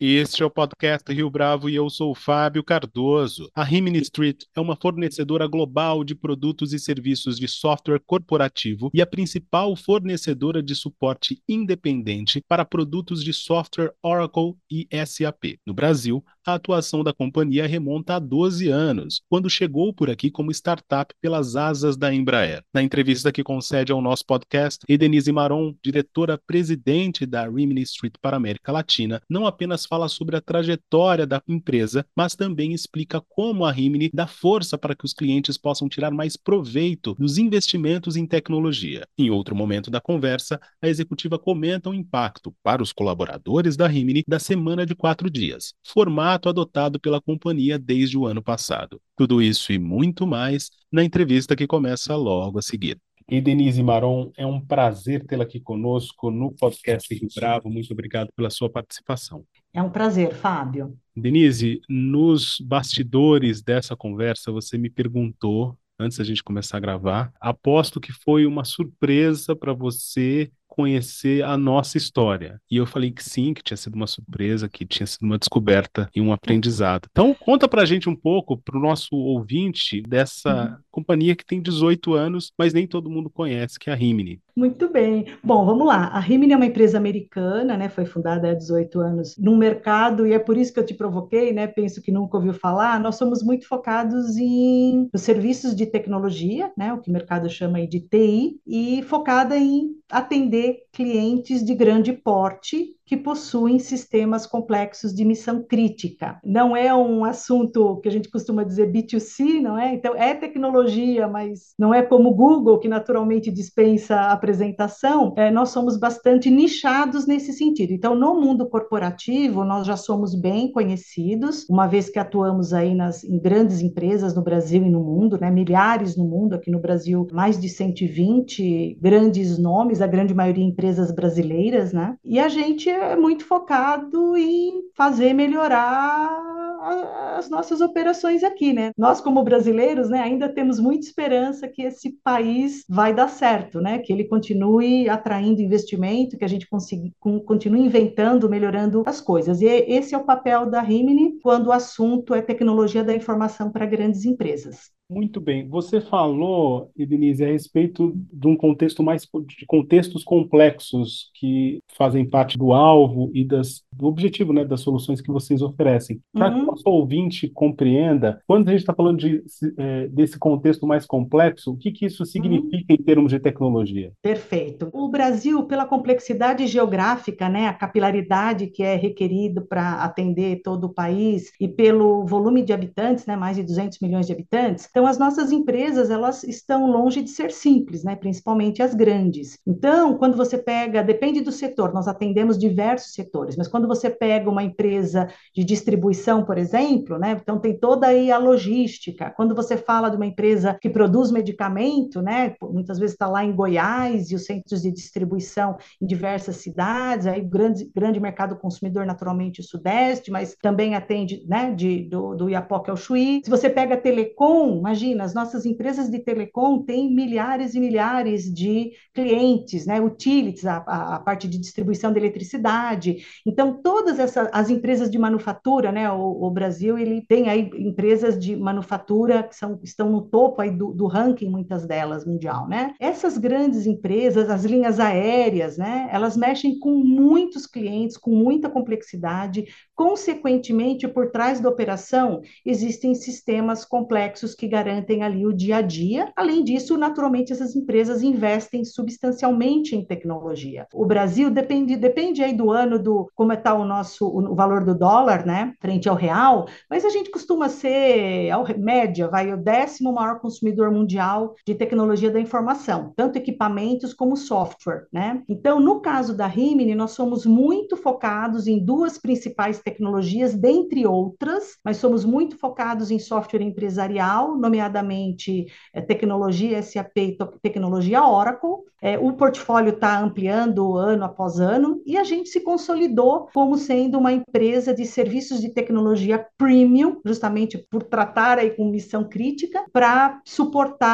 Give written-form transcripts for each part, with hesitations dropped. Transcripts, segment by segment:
Este é o podcast Rio Bravo e eu sou o Fábio Cardoso. A Rimini Street é uma fornecedora global de produtos e serviços de software corporativo e a principal fornecedora de suporte independente para produtos de software Oracle e SAP. No Brasil, a atuação da companhia remonta a 12 anos, quando chegou por aqui como startup pelas asas da Embraer. Na entrevista que concede ao nosso podcast, Denise Maron, diretora-presidente da Rimini Street para a América Latina, não apenas fala sobre a trajetória da empresa, mas também explica como a Rimini dá força para que os clientes possam tirar mais proveito dos investimentos em tecnologia. Em outro momento da conversa, a executiva comenta o impacto para os colaboradores da Rimini da semana de 4 dias, formato adotado pela companhia desde o ano passado. Tudo isso e muito mais na entrevista que começa logo a seguir. E Denise Maron, é um prazer tê-la aqui conosco no podcast Rio Bravo. Muito obrigado pela sua participação. É um prazer, Fábio. Denise, nos bastidores dessa conversa, você me perguntou, antes da gente começar a gravar, aposto que foi uma surpresa para você conhecer a nossa história. E eu falei que sim, que tinha sido uma surpresa, que tinha sido uma descoberta e um aprendizado. Então, conta para a gente um pouco, para o nosso ouvinte, dessa companhia que tem 18 anos, mas nem todo mundo conhece, que é a Rimini. Muito bem. Bom, vamos lá. A Rimini é uma empresa americana, né? Foi fundada há 18 anos num mercado, e é por isso que eu te provoquei, né? Penso que nunca ouviu falar. Nós somos muito focados em os serviços de tecnologia, né? O que o mercado chama aí de TI, e focada em atender clientes de grande porte que possuem sistemas complexos de missão crítica. Não é um assunto que a gente costuma dizer B2C, não é? Então, é tecnologia, mas não é como o Google, que naturalmente dispensa a apresentação. Nós somos bastante nichados nesse sentido. Então, no mundo corporativo, nós já somos bem conhecidos, uma vez que atuamos aí em grandes empresas no Brasil e no mundo, né? Milhares no mundo, aqui no Brasil, mais de 120 grandes nomes, a grande maioria empresas brasileiras, né? E a gente é muito focado em fazer melhorar as nossas operações aqui, né? Nós, como brasileiros, né, ainda temos muita esperança que esse país vai dar certo, né? Que ele continue atraindo investimento, que a gente continue inventando, melhorando as coisas. E esse é o papel da Rimini quando o assunto é tecnologia da informação para grandes empresas. Muito bem. Você falou, Denise, a respeito de um contexto mais de contextos complexos que fazem parte do alvo e do objetivo, né, das soluções que vocês oferecem. Para que o Uhum. nosso ouvinte compreenda, quando a gente está falando desse contexto mais complexo, o que que isso Uhum. significa em termos de tecnologia? Perfeito. O Brasil, pela complexidade geográfica, né, a capilaridade que é requerido para atender todo o país e pelo volume de habitantes, né, mais de 200 milhões de habitantes, então as nossas empresas elas estão longe de ser simples, né, principalmente as grandes. Então, quando você pega, depende do setor, nós atendemos diversos setores, mas quando você pega uma empresa de distribuição, por exemplo, né, então tem toda aí a logística. Quando você fala de uma empresa que produz medicamento, né, muitas vezes está lá em Goiás e os centros de distribuição em diversas cidades, aí grande mercado consumidor, naturalmente, o Sudeste, mas também atende, né, do Iapoque ao Chuí. Se você pega telecom, imagina, as nossas empresas de telecom têm milhares e milhares de clientes, né, utilities, a parte de distribuição de eletricidade. Então, todas as empresas de manufatura, né, o Brasil, ele tem aí empresas de manufatura que estão no topo aí do ranking, muitas delas, mundial, né? Essas grandes empresas, as linhas aéreas, né, elas mexem com muitos clientes, com muita complexidade. Consequentemente, por trás da operação, existem sistemas complexos que garantem ali o dia a dia. Além disso, naturalmente, essas empresas investem substancialmente em tecnologia. O Brasil depende aí do ano, como está o valor do dólar, né, frente ao real, mas a gente costuma ser, média, vai, o 10º maior consumidor mundial de tecnologia da informação, tanto equipamentos como software, né? Então, no caso da Rimini, nós somos muito focados em duas principais tecnologias, dentre outras, mas somos muito focados em software empresarial, nomeadamente tecnologia SAP e tecnologia Oracle. O portfólio está ampliando ano após ano e a gente se consolidou como sendo uma empresa de serviços de tecnologia premium, justamente por tratar aí com missão crítica, para suportar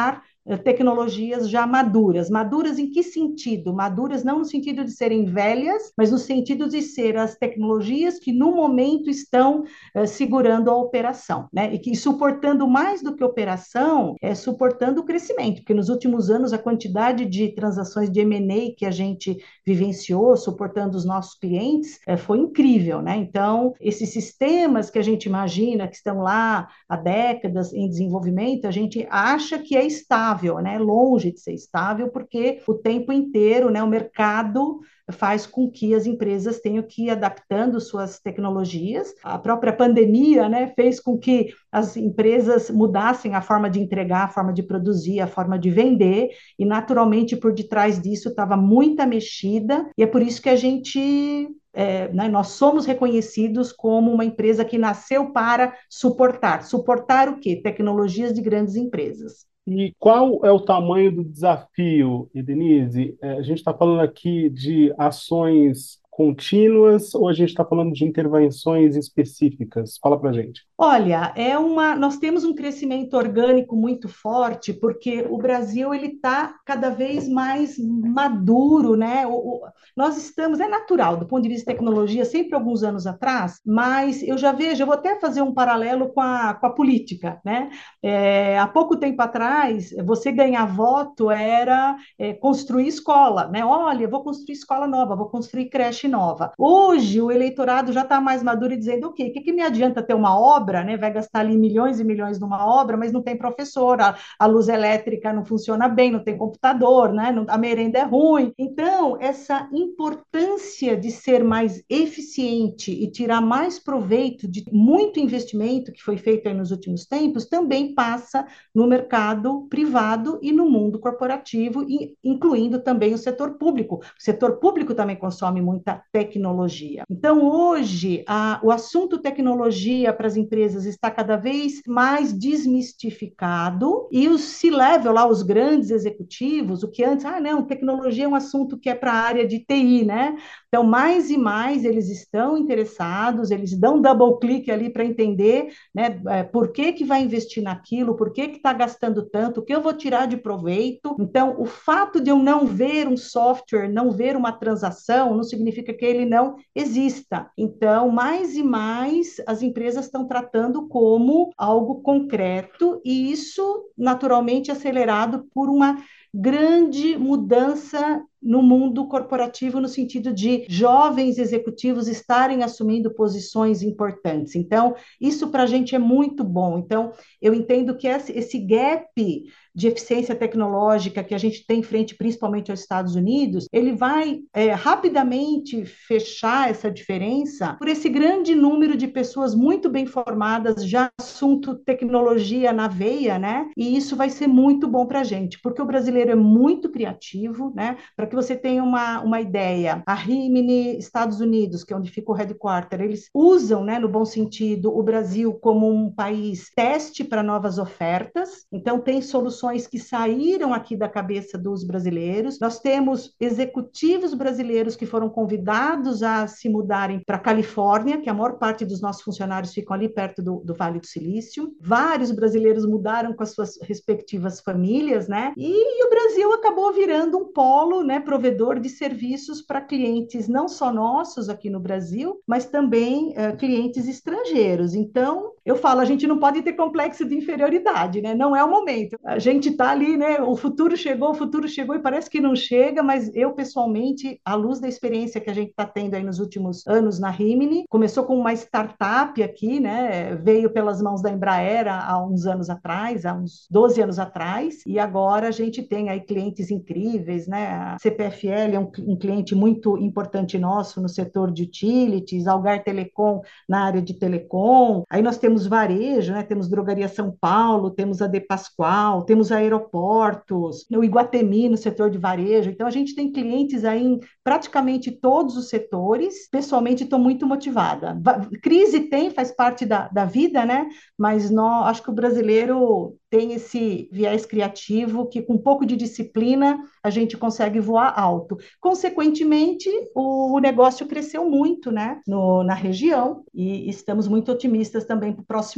tecnologias já maduras. Maduras em que sentido? Maduras não no sentido de serem velhas, mas no sentido de ser as tecnologias que no momento estão segurando a operação, né? E que suportando mais do que operação, suportando o crescimento, porque nos últimos anos a quantidade de transações de M&A que a gente vivenciou, suportando os nossos clientes, foi incrível, né? Então, esses sistemas que a gente imagina que estão lá há décadas em desenvolvimento, a gente acha que é estável, né? Longe de ser estável, porque o tempo inteiro, né, o mercado faz com que as empresas tenham que ir adaptando suas tecnologias. A própria pandemia, né, fez com que as empresas mudassem a forma de entregar, a forma de produzir, a forma de vender, e naturalmente por detrás disso estava muita mexida, e é por isso que a gente né, nós somos reconhecidos como uma empresa que nasceu para suportar. Suportar o quê? Tecnologias de grandes empresas. E qual é o tamanho do desafio, Denise? A gente está falando aqui de ações contínuas ou a gente está falando de intervenções específicas? Fala para gente. Olha, nós temos um crescimento orgânico muito forte, porque o Brasil ele está cada vez mais maduro, né? Nós estamos, é natural do ponto de vista de tecnologia, sempre alguns anos atrás, mas eu já vejo, eu vou até fazer um paralelo com a política, né? Há pouco tempo atrás, você ganhar voto era construir escola, né? Olha, eu vou construir escola nova, vou construir creche nova. Hoje, o eleitorado já está mais maduro e dizendo, ok, o que me adianta ter uma obra, né? Vai gastar ali milhões e milhões numa obra, mas não tem professor, a luz elétrica não funciona bem, não tem computador, né? A merenda é ruim. Então, essa importância de ser mais eficiente e tirar mais proveito de muito investimento que foi feito aí nos últimos tempos também passa no mercado privado e no mundo corporativo, incluindo também o setor público. O setor público também consome muita tecnologia. Então, hoje, o assunto tecnologia para as empresas está cada vez mais desmistificado e os C-level, lá, os grandes executivos, o que antes, não, tecnologia é um assunto que é para a área de TI, né? Então, mais e mais eles estão interessados, eles dão double click ali para entender, né, por que vai investir naquilo, por que está gastando tanto, o que eu vou tirar de proveito. Então, o fato de eu não ver um software, não ver uma transação, não significa que ele não exista. Então, mais e mais as empresas estão tratando como algo concreto, e isso naturalmente acelerado por uma grande mudança no mundo corporativo, no sentido de jovens executivos estarem assumindo posições importantes. Então, isso para a gente é muito bom. Então, eu entendo que esse gap de eficiência tecnológica que a gente tem frente principalmente aos Estados Unidos, ele vai rapidamente fechar essa diferença por esse grande número de pessoas muito bem formadas, já assunto tecnologia na veia, né? E isso vai ser muito bom para a gente, porque o brasileiro é muito criativo, né? Para que você tenha uma ideia, a Rimini, Estados Unidos, que é onde fica o headquarter, eles usam, né, no bom sentido, o Brasil como um país teste para novas ofertas. Então, tem soluções que saíram aqui da cabeça dos brasileiros. Nós temos executivos brasileiros que foram convidados a se mudarem para a Califórnia, que a maior parte dos nossos funcionários ficam ali perto do Vale do Silício. Vários brasileiros mudaram com as suas respectivas famílias, né? E o Brasil acabou virando um polo, né, provedor de serviços para clientes não só nossos aqui no Brasil, mas também clientes estrangeiros. Então, eu falo, a gente não pode ter complexo de inferioridade, né? Não é o momento. A gente está ali, né? O futuro chegou e parece que não chega, mas eu, pessoalmente, à luz da experiência que a gente está tendo aí nos últimos anos na Rimini, começou com uma startup aqui, né? Veio pelas mãos da Embraer há uns anos atrás, há uns 12 anos atrás, e agora a gente tem aí clientes incríveis, né? A CPFL é um cliente muito importante nosso no setor de utilities, Algar Telecom na área de telecom. Aí nós temos varejo, né? Temos Drogaria São Paulo, temos a De Pascoal, temos aeroportos, o Iguatemi no setor de varejo. Então a gente tem clientes aí em praticamente todos os setores. Pessoalmente estou muito motivada. Crise tem, faz parte da vida, né? Mas acho que o brasileiro tem esse viés criativo que, com um pouco de disciplina, a gente consegue voar alto. Consequentemente, o negócio cresceu muito, né, na região, e estamos muito otimistas também para o próximo ano.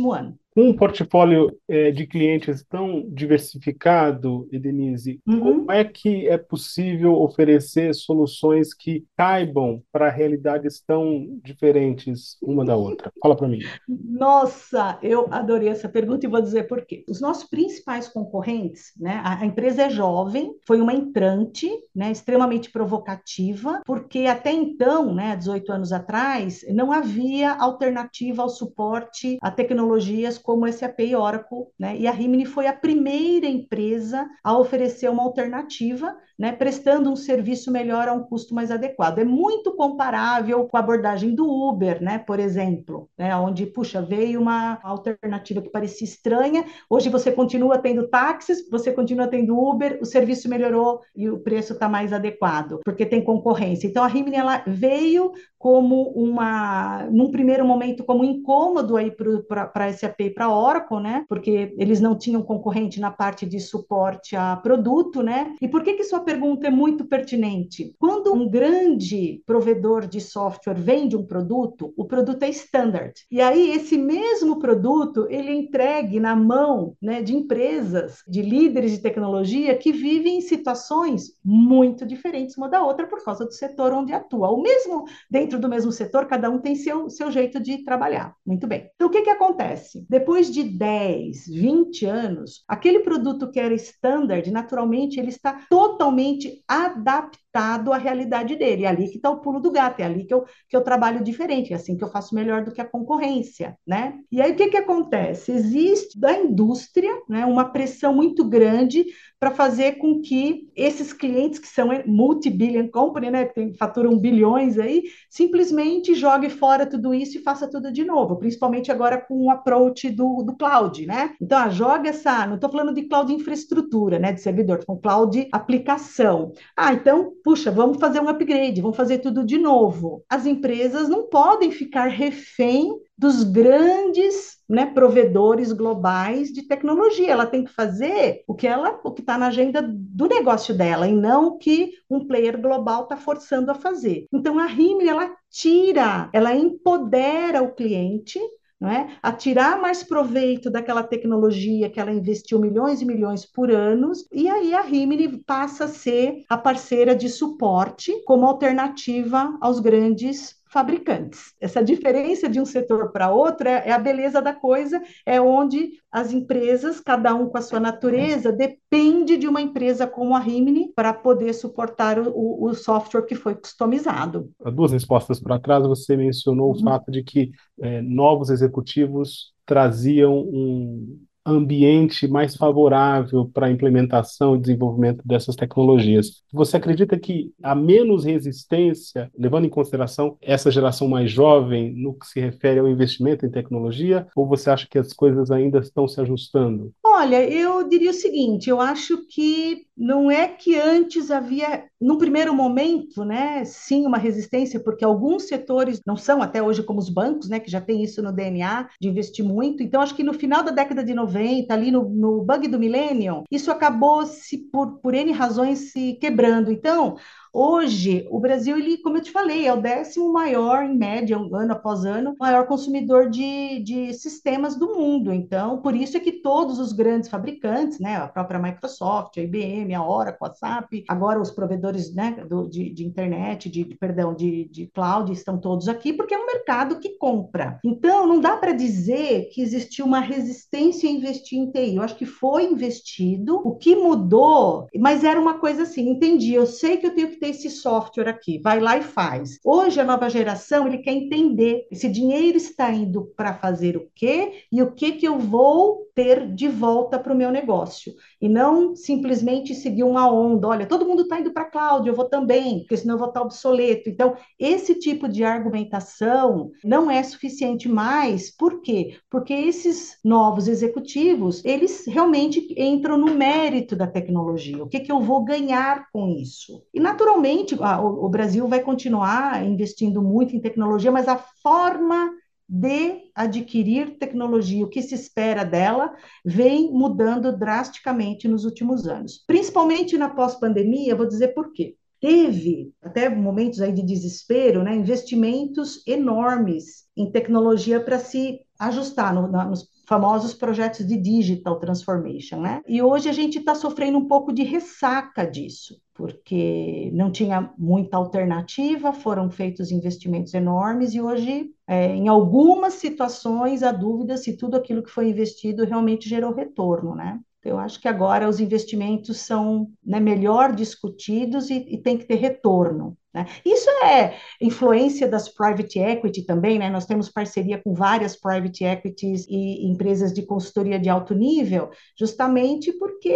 Com um portfólio de clientes tão diversificado, Denise, como Uhum. é que é possível oferecer soluções que caibam para realidades tão diferentes uma da outra? Fala para mim. Nossa, eu adorei essa pergunta e vou dizer por quê. Os nossos principais concorrentes, né? A empresa é jovem, foi uma entrante, né? Extremamente provocativa, porque até então, né? 18 anos atrás, não havia alternativa ao suporte a tecnologias como SAP e Oracle, né? E a Rimini foi a primeira empresa a oferecer uma alternativa, né, prestando um serviço melhor a um custo mais adequado. É muito comparável com a abordagem do Uber, né, por exemplo, né, onde, puxa, veio uma alternativa que parecia estranha, hoje você continua tendo táxis, você continua tendo Uber, o serviço melhorou e o preço está mais adequado, porque tem concorrência. Então, a Rimini, ela veio como num primeiro momento, como incômodo aí para a SAP e para a Oracle, né? Porque eles não tinham concorrente na parte de suporte a produto, né? E por que sua pergunta é muito pertinente? Quando um grande provedor de software vende um produto, o produto é standard. E aí, esse mesmo produto, ele é entregue na mão, né, de empresas, de líderes de tecnologia que vivem em situações muito diferentes uma da outra por causa do setor onde atua. O mesmo dentro do mesmo setor, cada um tem seu jeito de trabalhar. Muito bem. Então, o que acontece? Depois de 10, 20 anos, aquele produto que era standard, naturalmente, ele está totalmente adaptado à realidade dele. É ali que está o pulo do gato, é ali que eu trabalho diferente, é assim que eu faço melhor do que a concorrência, né? E aí, o que acontece? Existe da indústria, né, uma pressão muito grande para fazer com que esses clientes que são multi-billion company, né, que faturam bilhões aí, simplesmente jogue fora tudo isso e faça tudo de novo, principalmente agora com o approach do cloud, né? Então, joga essa, não estou falando de cloud infraestrutura, né, de servidor, estou falando cloud aplicação. Então, puxa, vamos fazer um upgrade, vamos fazer tudo de novo. As empresas não podem ficar refém dos grandes, né, provedores globais de tecnologia. Ela tem que fazer o que está na agenda do negócio dela e não o que um player global está forçando a fazer. Então a Rimini, ela empodera o cliente, não é? A tirar mais proveito daquela tecnologia que ela investiu milhões e milhões por anos, e aí a Rimini passa a ser a parceira de suporte como alternativa aos grandes fabricantes. Essa diferença de um setor para outro é a beleza da coisa, é onde as empresas, cada um com a sua natureza, depende de uma empresa como a Rimini para poder suportar o software que foi customizado. Há duas respostas para trás, você mencionou o Uhum. fato de que novos executivos traziam um ambiente mais favorável para a implementação e desenvolvimento dessas tecnologias. Você acredita que há menos resistência, levando em consideração essa geração mais jovem, no que se refere ao investimento em tecnologia, ou você acha que as coisas ainda estão se ajustando? Olha, eu diria o seguinte, eu acho que não é que antes havia, num primeiro momento, né, sim, uma resistência, porque alguns setores não são até hoje como os bancos, né, que já tem isso no DNA, de investir muito. Então, acho que no final da década de 90, ali no bug do millennium, isso acabou por N razões se quebrando. Então, hoje, o Brasil, ele, como eu te falei, é o 10º maior, em média, ano após ano, maior consumidor de sistemas do mundo. Então, por isso é que todos os grandes fabricantes, né, a própria Microsoft, a IBM, a Oracle, a SAP, agora os provedores, né, de internet, perdão, de cloud, estão todos aqui, porque é um mercado que compra. Então, não dá para dizer que existiu uma resistência a investir em TI. Eu acho que foi investido, o que mudou, mas era uma coisa assim, entendi, eu sei que eu tenho que ter esse software aqui, vai lá e faz. Hoje, a nova geração, ele quer entender esse dinheiro está indo para fazer o quê e o que eu vou ter de volta para o meu negócio. E não simplesmente seguir uma onda. Olha, todo mundo está indo para a cloud, eu vou também, porque senão eu vou estar obsoleto. Então, esse tipo de argumentação não é suficiente mais. Por quê? Porque esses novos executivos, eles realmente entram no mérito da tecnologia. O que eu vou ganhar com isso? E, naturalmente, o Brasil vai continuar investindo muito em tecnologia, mas a forma de adquirir tecnologia, o que se espera dela, vem mudando drasticamente nos últimos anos. Principalmente na pós-pandemia, vou dizer por quê. Teve até momentos aí de desespero, né, investimentos enormes em tecnologia para se ajustar famosos projetos de digital transformation, né? E hoje a gente está sofrendo um pouco de ressaca disso, porque não tinha muita alternativa, foram feitos investimentos enormes e hoje, em algumas situações, há dúvida se tudo aquilo que foi investido realmente gerou retorno, né? Eu acho que agora os investimentos são, né, melhor discutidos e tem que ter retorno, né? Isso é influência das private equity também, né? Nós temos parceria com várias private equities e empresas de consultoria de alto nível, justamente porque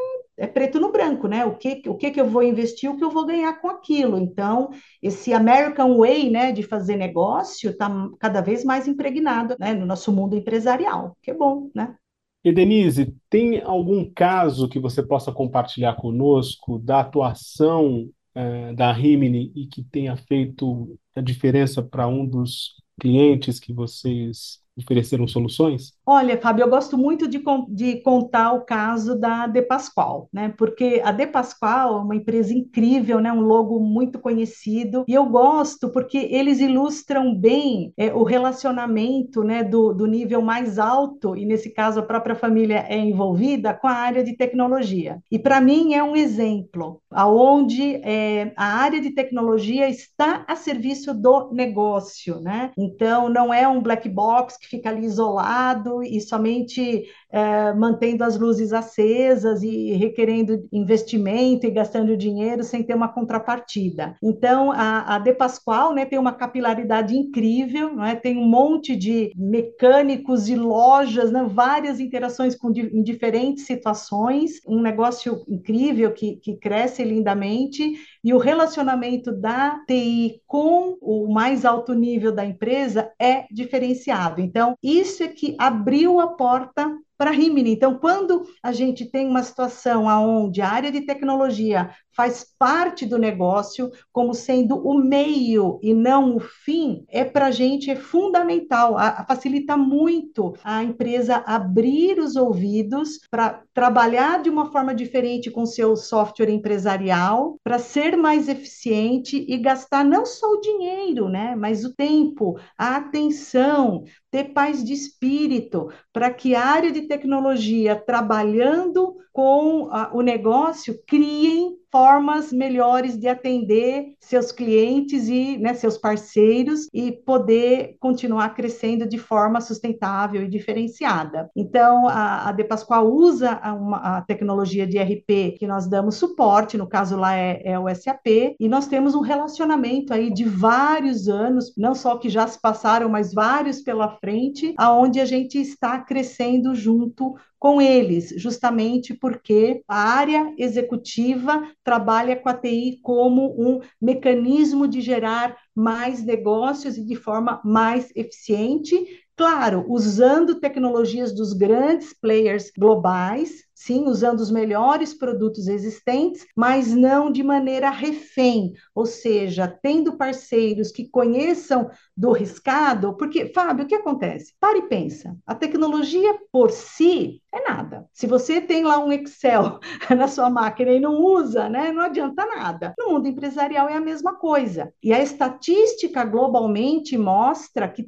é preto no branco, né? O que eu vou investir, o que eu vou ganhar com aquilo. Então, esse American Way, né, de fazer negócio está cada vez mais impregnado, né, no nosso mundo empresarial, que é bom, né? E Denise, tem algum caso que você possa compartilhar conosco da atuação da Rimini e que tenha feito a diferença para um dos clientes que vocês ofereceram soluções? Olha, Fábio, eu gosto muito de contar o caso da De Pascoal, né? Porque a De Pascoal é uma empresa incrível, né? Um logo muito conhecido. E eu gosto porque eles ilustram bem o relacionamento, né? Do nível mais alto, e nesse caso a própria família é envolvida, com a área de tecnologia. E para mim é um exemplo aonde a área de tecnologia está a serviço do negócio, né? Então, não é um black box que fica ali isolado e somente mantendo as luzes acesas e requerendo investimento e gastando dinheiro sem ter uma contrapartida. Então, a De Pascoal, né, tem uma capilaridade incrível, né, tem um monte de mecânicos e lojas, né, várias interações em diferentes situações, um negócio incrível que cresce lindamente, e o relacionamento da TI com o mais alto nível da empresa é diferenciado. Então, isso é que abriu a porta para a Rimini. Então, quando a gente tem uma situação onde a área de tecnologia faz parte do negócio, como sendo o meio e não o fim, para a gente é fundamental, facilita muito a empresa abrir os ouvidos para trabalhar de uma forma diferente com seu software empresarial, para ser mais eficiente e gastar não só o dinheiro, né, mas o tempo, a atenção, ter paz de espírito, para que a área de tecnologia, trabalhando com o negócio, criem formas melhores de atender seus clientes e, né, seus parceiros e poder continuar crescendo de forma sustentável e diferenciada. Então, a De Pascoal usa a tecnologia de RP que nós damos suporte, no caso lá é o SAP, e nós temos um relacionamento aí de vários anos, não só que já se passaram, mas vários pela frente, aonde a gente está crescendo junto com eles, justamente porque a área executiva trabalha com a TI como um mecanismo de gerar mais negócios e de forma mais eficiente, claro, usando tecnologias dos grandes players globais, sim, usando os melhores produtos existentes, mas não de maneira refém, ou seja, tendo parceiros que conheçam do riscado, porque, Fábio, o que acontece? Para e pensa, a tecnologia por si é nada. Se você tem lá um Excel na sua máquina e não usa, né, não adianta nada. No mundo empresarial é a mesma coisa. E a estatística globalmente mostra que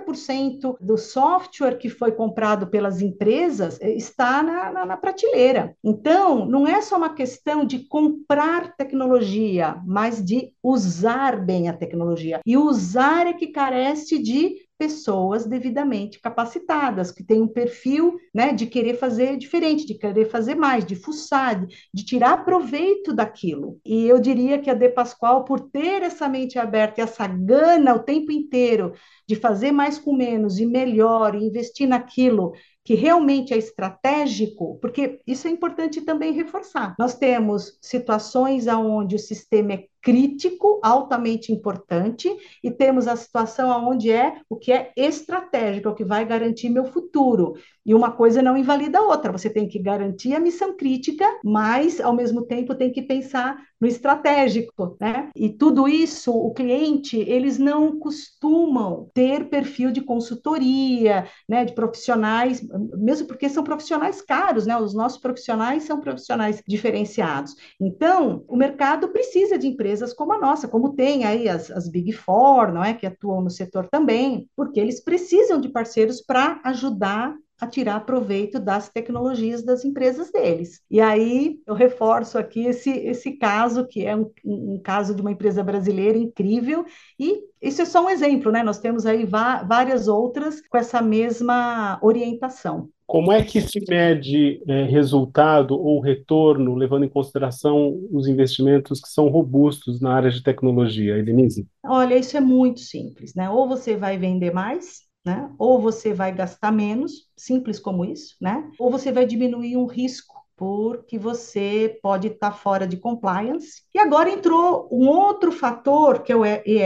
30% do software que foi comprado pelas empresas está na prateleira. Então, não é só uma questão de comprar tecnologia, mas de usar bem a tecnologia. E usar é que carece de pessoas devidamente capacitadas, que têm um perfil, né, de querer fazer diferente, de querer fazer mais, de fuçar, de tirar proveito daquilo. E eu diria que a De Pascoal, por ter essa mente aberta e essa gana o tempo inteiro de fazer mais com menos e melhor, e investir naquilo que realmente é estratégico, porque isso é importante também reforçar. Nós temos situações onde o sistema é crítico, altamente importante, e temos a situação onde é o que é estratégico, o que vai garantir meu futuro. E uma coisa não invalida a outra. Você tem que garantir a missão crítica, mas ao mesmo tempo tem que pensar no estratégico, né? E tudo isso, o cliente, eles não costumam ter perfil de consultoria, né, de profissionais, mesmo porque são profissionais caros, né? Os nossos profissionais são profissionais diferenciados. Então, o mercado precisa de empresas como a nossa, como tem aí as Big Four, não é, que atuam no setor também, porque eles precisam de parceiros para ajudar a tirar proveito das tecnologias das empresas deles. E aí eu reforço aqui esse caso, que é um caso de uma empresa brasileira incrível, e isso é só um exemplo, né? Nós temos aí várias outras com essa mesma orientação. Como é que se mede resultado ou retorno, levando em consideração os investimentos que são robustos na área de tecnologia, Elenise? Olha, isso é muito simples, né? Ou você vai vender mais, né? Ou você vai gastar menos, simples como isso, né? Ou você vai diminuir um risco, porque você pode estar fora de compliance. E agora entrou um outro fator, que é o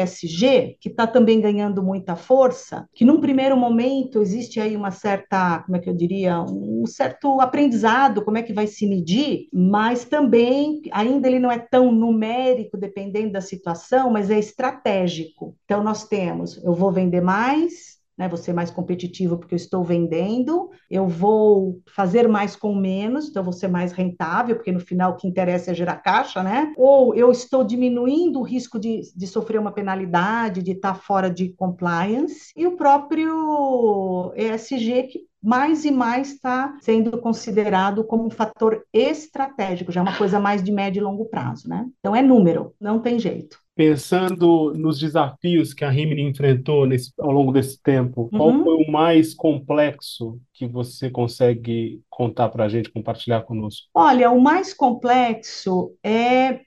ESG, que está também ganhando muita força, que num primeiro momento existe aí uma certa, como é que eu diria, um certo aprendizado, como é que vai se medir, mas também ainda ele não é tão numérico, dependendo da situação, mas é estratégico. Então nós temos, eu vou vender mais, né, vou ser mais competitivo porque eu estou vendendo, eu vou fazer mais com menos, então eu vou ser mais rentável, porque no final o que interessa é gerar caixa, né? Ou eu estou diminuindo o risco de sofrer uma penalidade, de estar fora de compliance, e o próprio ESG, que mais e mais está sendo considerado como um fator estratégico, já é uma coisa mais de médio e longo prazo, né? Então é número, não tem jeito. Pensando nos desafios que a Rimini enfrentou ao longo desse tempo, qual foi Uhum. o mais complexo que você consegue contar para a gente, compartilhar conosco? Olha, o mais complexo é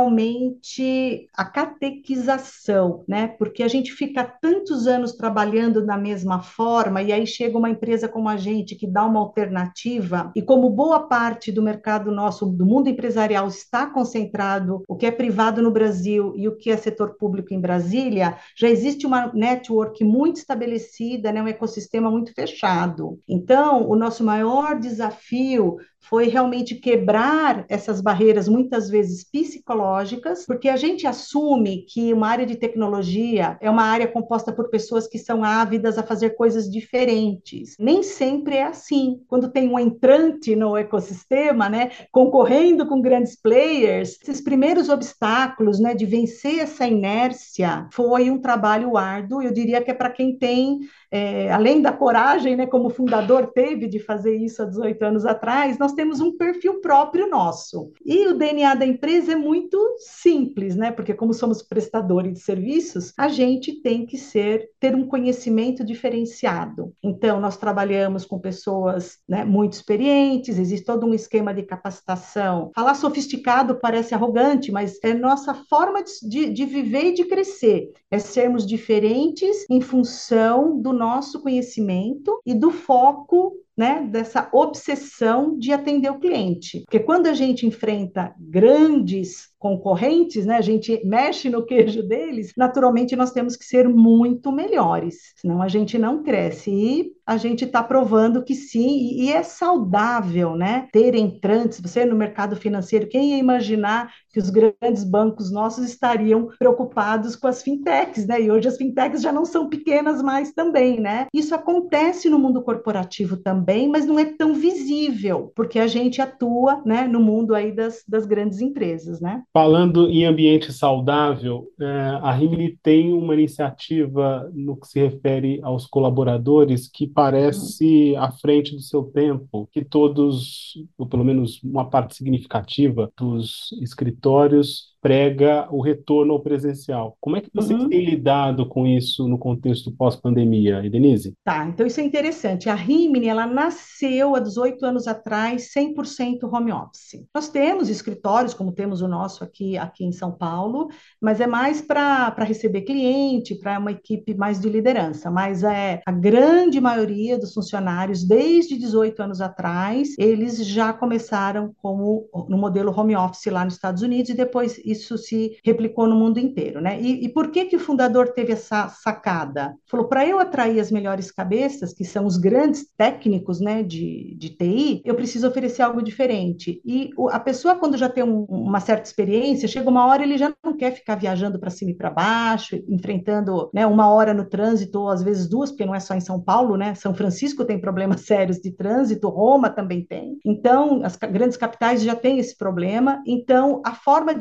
realmente a catequização, né? Porque a gente fica tantos anos trabalhando na mesma forma, e aí chega uma empresa como a gente que dá uma alternativa, e como boa parte do mercado nosso, do mundo empresarial, está concentrado, o que é privado no Brasil e o que é setor público em Brasília, já existe uma network muito estabelecida, né? Um ecossistema muito fechado. Então, o nosso maior desafio foi realmente quebrar essas barreiras, muitas vezes psicológicas, porque a gente assume que uma área de tecnologia é uma área composta por pessoas que são ávidas a fazer coisas diferentes. Nem sempre é assim. Quando tem um entrante no ecossistema, né, concorrendo com grandes players, esses primeiros obstáculos, né, de vencer essa inércia, foi um trabalho árduo. Eu diria que é para quem tem além da coragem, né, como o fundador teve de fazer isso há 18 anos atrás, nós temos um perfil próprio nosso. E o DNA da empresa é muito simples, né, porque como somos prestadores de serviços, a gente tem que ter um conhecimento diferenciado. Então, nós trabalhamos com pessoas, né, muito experientes, existe todo um esquema de capacitação. Falar sofisticado parece arrogante, mas é nossa forma de viver e de crescer, é sermos diferentes em função do nosso conhecimento e do foco, né, dessa obsessão de atender o cliente. Porque quando a gente enfrenta grandes concorrentes, né, a gente mexe no queijo deles, naturalmente nós temos que ser muito melhores, senão a gente não cresce. E a gente está provando que sim, e é saudável, né, ter entrantes. Você no mercado financeiro, quem ia imaginar que os grandes bancos nossos estariam preocupados com as fintechs, né? E hoje as fintechs já não são pequenas mais também, né? Isso acontece no mundo corporativo também, mas não é tão visível, porque a gente atua, né, no mundo aí das grandes empresas, né? Falando em ambiente saudável, a Rimini tem uma iniciativa no que se refere aos colaboradores que Uhum. parece à frente do seu tempo, que todos, ou pelo menos uma parte significativa dos escritórios, prega o retorno ao presencial. Como é que vocês têm Uhum. lidado com isso no contexto pós-pandemia, Denise? Tá, então isso é interessante. A Rimini, ela nasceu há 18 anos atrás, 100% home office. Nós temos escritórios, como temos o nosso aqui em São Paulo, mas é mais para receber cliente, para uma equipe mais de liderança. Mas a grande maioria dos funcionários, desde 18 anos atrás, eles já começaram como no modelo home office lá nos Estados Unidos e depois isso se replicou no mundo inteiro, né? E por que que o fundador teve essa sacada? Falou, para eu atrair as melhores cabeças, que são os grandes técnicos, né, de TI, eu preciso oferecer algo diferente. E a pessoa, quando já tem uma certa experiência, chega uma hora ele já não quer ficar viajando para cima e para baixo, enfrentando, né, uma hora no trânsito, ou às vezes duas, porque não é só em São Paulo, né? São Francisco tem problemas sérios de trânsito, Roma também tem. Então, as grandes capitais já têm esse problema. Então, a forma de atrair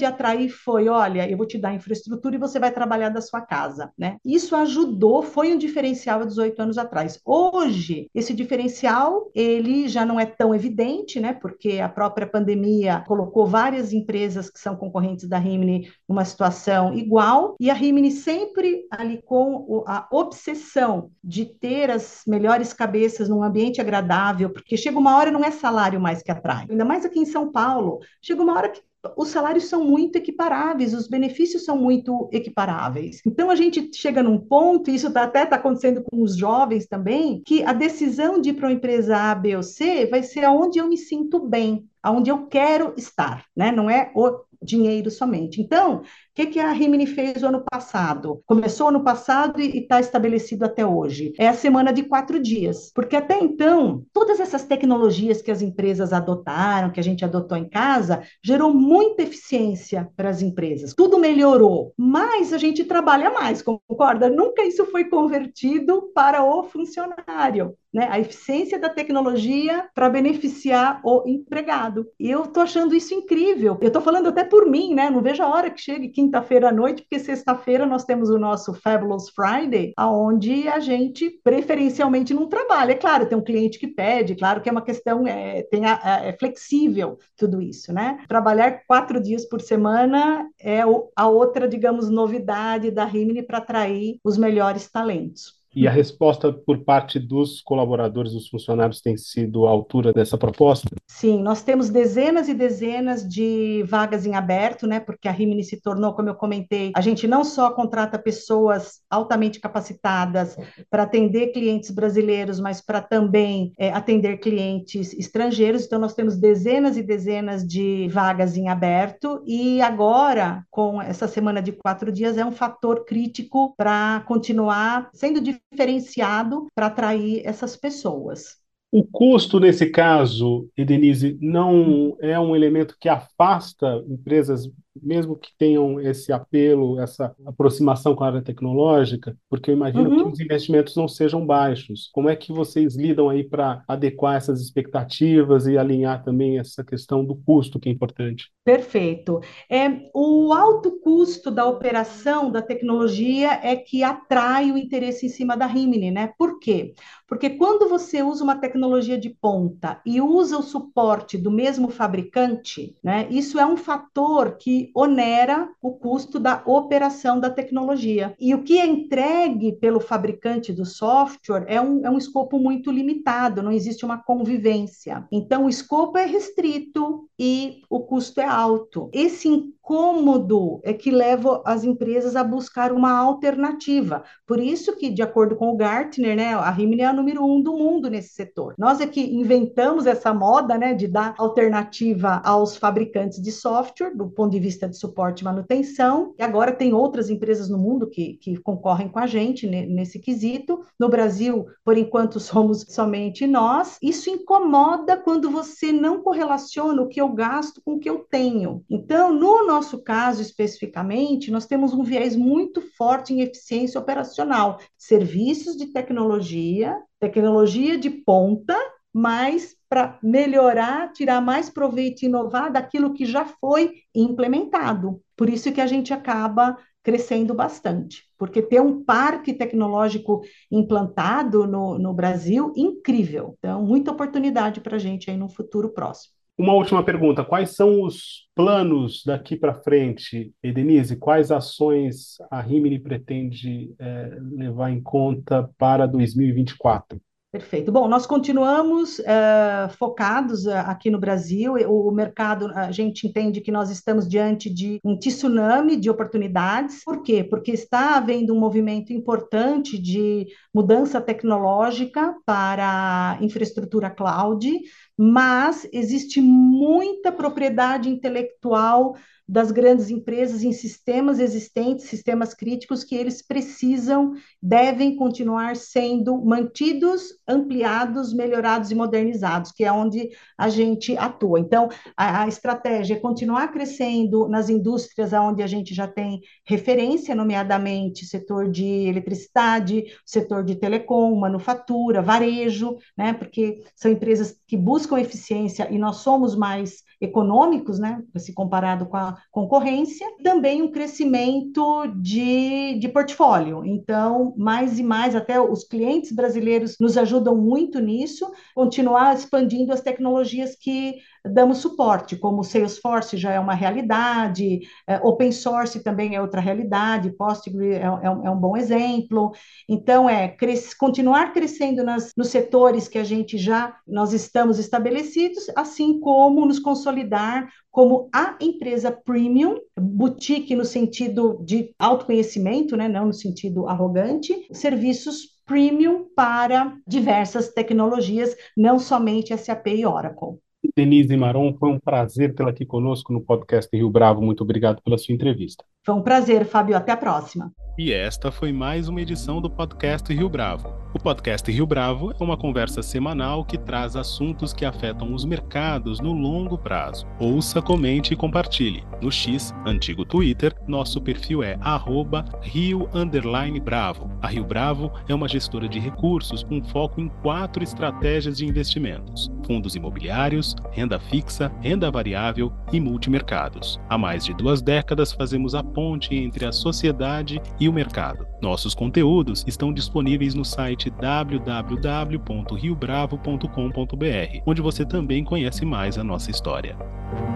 aí foi, olha, eu vou te dar infraestrutura e você vai trabalhar da sua casa, né? Isso ajudou, foi um diferencial há 18 anos atrás. Hoje, esse diferencial, ele já não é tão evidente, né? Porque a própria pandemia colocou várias empresas que são concorrentes da Rimini numa situação igual, e a Rimini sempre ali com a obsessão de ter as melhores cabeças num ambiente agradável, porque chega uma hora não é salário mais que atrai. Ainda mais aqui em São Paulo, chega uma hora que os salários são muito equiparáveis, os benefícios são muito equiparáveis. Então a gente chega num ponto, e isso até está acontecendo com os jovens também, que a decisão de ir para uma empresa A, B ou C vai ser aonde eu me sinto bem, aonde eu quero estar, né? Não é o dinheiro somente. Então, o que a Rimini fez o ano passado? Começou ano passado e está estabelecido até hoje. É a semana de 4 dias, porque até então, todas essas tecnologias que as empresas adotaram, que a gente adotou em casa, gerou muita eficiência para as empresas. Tudo melhorou, mas a gente trabalha mais, concorda? Nunca isso foi convertido para o funcionário, né? A eficiência da tecnologia para beneficiar o empregado. E eu estou achando isso incrível. Eu estou falando até por mim, né? Não vejo a hora que chegue quinta-feira à noite, porque sexta-feira nós temos o nosso Fabulous Friday, aonde a gente preferencialmente não trabalha. É claro, tem um cliente que pede, claro que é uma questão, é flexível tudo isso, né? Trabalhar 4 dias por semana é a outra, digamos, novidade da Rimini para atrair os melhores talentos. E a resposta por parte dos colaboradores, dos funcionários, tem sido à altura dessa proposta? Sim, nós temos dezenas e dezenas de vagas em aberto, né? Porque a Rimini se tornou, como eu comentei, a gente não só contrata pessoas altamente capacitadas para atender clientes brasileiros, mas para também atender clientes estrangeiros. Então, nós temos dezenas e dezenas de vagas em aberto, e agora, com essa semana de 4 dias, é um fator crítico para continuar sendo diferenciado para atrair essas pessoas. O custo, nesse caso, Edenise, não é um elemento que afasta empresas, mesmo que tenham esse apelo, essa aproximação com a área tecnológica, porque eu imagino que os Uhum. investimentos não sejam baixos. Como é que vocês lidam aí para adequar essas expectativas e alinhar também essa questão do custo, que é importante? Perfeito. O alto custo da operação da tecnologia é que atrai o interesse em cima da Rimini, né? Por quê? Porque quando você usa uma tecnologia de ponta e usa o suporte do mesmo fabricante, né? Isso é um fator que onera o custo da operação da tecnologia. E o que é entregue pelo fabricante do software é um escopo muito limitado, não existe uma convivência. Então, o escopo é restrito e o custo é alto. Esse incômodo é que leva as empresas a buscar uma alternativa. Por isso que, de acordo com o Gartner, né, a Rimini é a número 1 do mundo nesse setor. Nós é que inventamos essa moda, né, de dar alternativa aos fabricantes de software, do ponto de vista de suporte e manutenção, e agora tem outras empresas no mundo que concorrem com a gente nesse quesito. No Brasil, por enquanto, somos somente nós. Isso incomoda quando você não correlaciona o que eu gasto com o que eu tenho. Então, no nosso caso especificamente, nós temos um viés muito forte em eficiência operacional, serviços de tecnologia, tecnologia de ponta, mas para melhorar, tirar mais proveito e inovar daquilo que já foi implementado. Por isso que a gente acaba crescendo bastante, porque ter um parque tecnológico implantado no Brasil, incrível. Então, muita oportunidade para a gente aí no futuro próximo. Uma última pergunta: quais são os planos daqui para frente, Edenise? Quais ações a Rimini pretende levar em conta para 2024? Perfeito. Bom, nós continuamos focados aqui no Brasil. O mercado, a gente entende que nós estamos diante de um tsunami de oportunidades. Por quê? Porque está havendo um movimento importante de mudança tecnológica para a infraestrutura cloud, mas existe muita propriedade intelectual das grandes empresas em sistemas existentes, sistemas críticos, que eles precisam, devem continuar sendo mantidos, ampliados, melhorados e modernizados, que é onde a gente atua. Então, a estratégia é continuar crescendo nas indústrias onde a gente já tem referência, nomeadamente setor de eletricidade, setor de telecom, manufatura, varejo, né, porque são empresas que buscam buscam eficiência e nós somos mais econômicos, né, se comparado com a concorrência, também um crescimento de portfólio. Então, mais e mais, até os clientes brasileiros nos ajudam muito nisso, continuar expandindo as tecnologias que damos suporte, como o Salesforce já é uma realidade, open source também é outra realidade, Postgre é um bom exemplo. Então, continuar crescendo nos setores que nós estamos estabelecidos, assim como nos consolidar como a empresa premium, boutique no sentido de autoconhecimento, né, não no sentido arrogante, serviços premium para diversas tecnologias, não somente SAP e Oracle. Denise Maron, foi um prazer tê-la aqui conosco no podcast Rio Bravo. Muito obrigado pela sua entrevista. Foi um prazer, Fábio. Até a próxima. E esta foi mais uma edição do podcast Rio Bravo. O podcast Rio Bravo é uma conversa semanal que traz assuntos que afetam os mercados no longo prazo. Ouça, comente e compartilhe. No X, antigo Twitter, nosso perfil é @Rio_Bravo. A Rio Bravo é uma gestora de recursos com foco em 4 estratégias de investimentos: fundos imobiliários, renda fixa, renda variável e multimercados. Há mais de 2 décadas fazemos a ponte entre a sociedade e o mercado. Nossos conteúdos estão disponíveis no site www.riobravo.com.br, onde você também conhece mais a nossa história.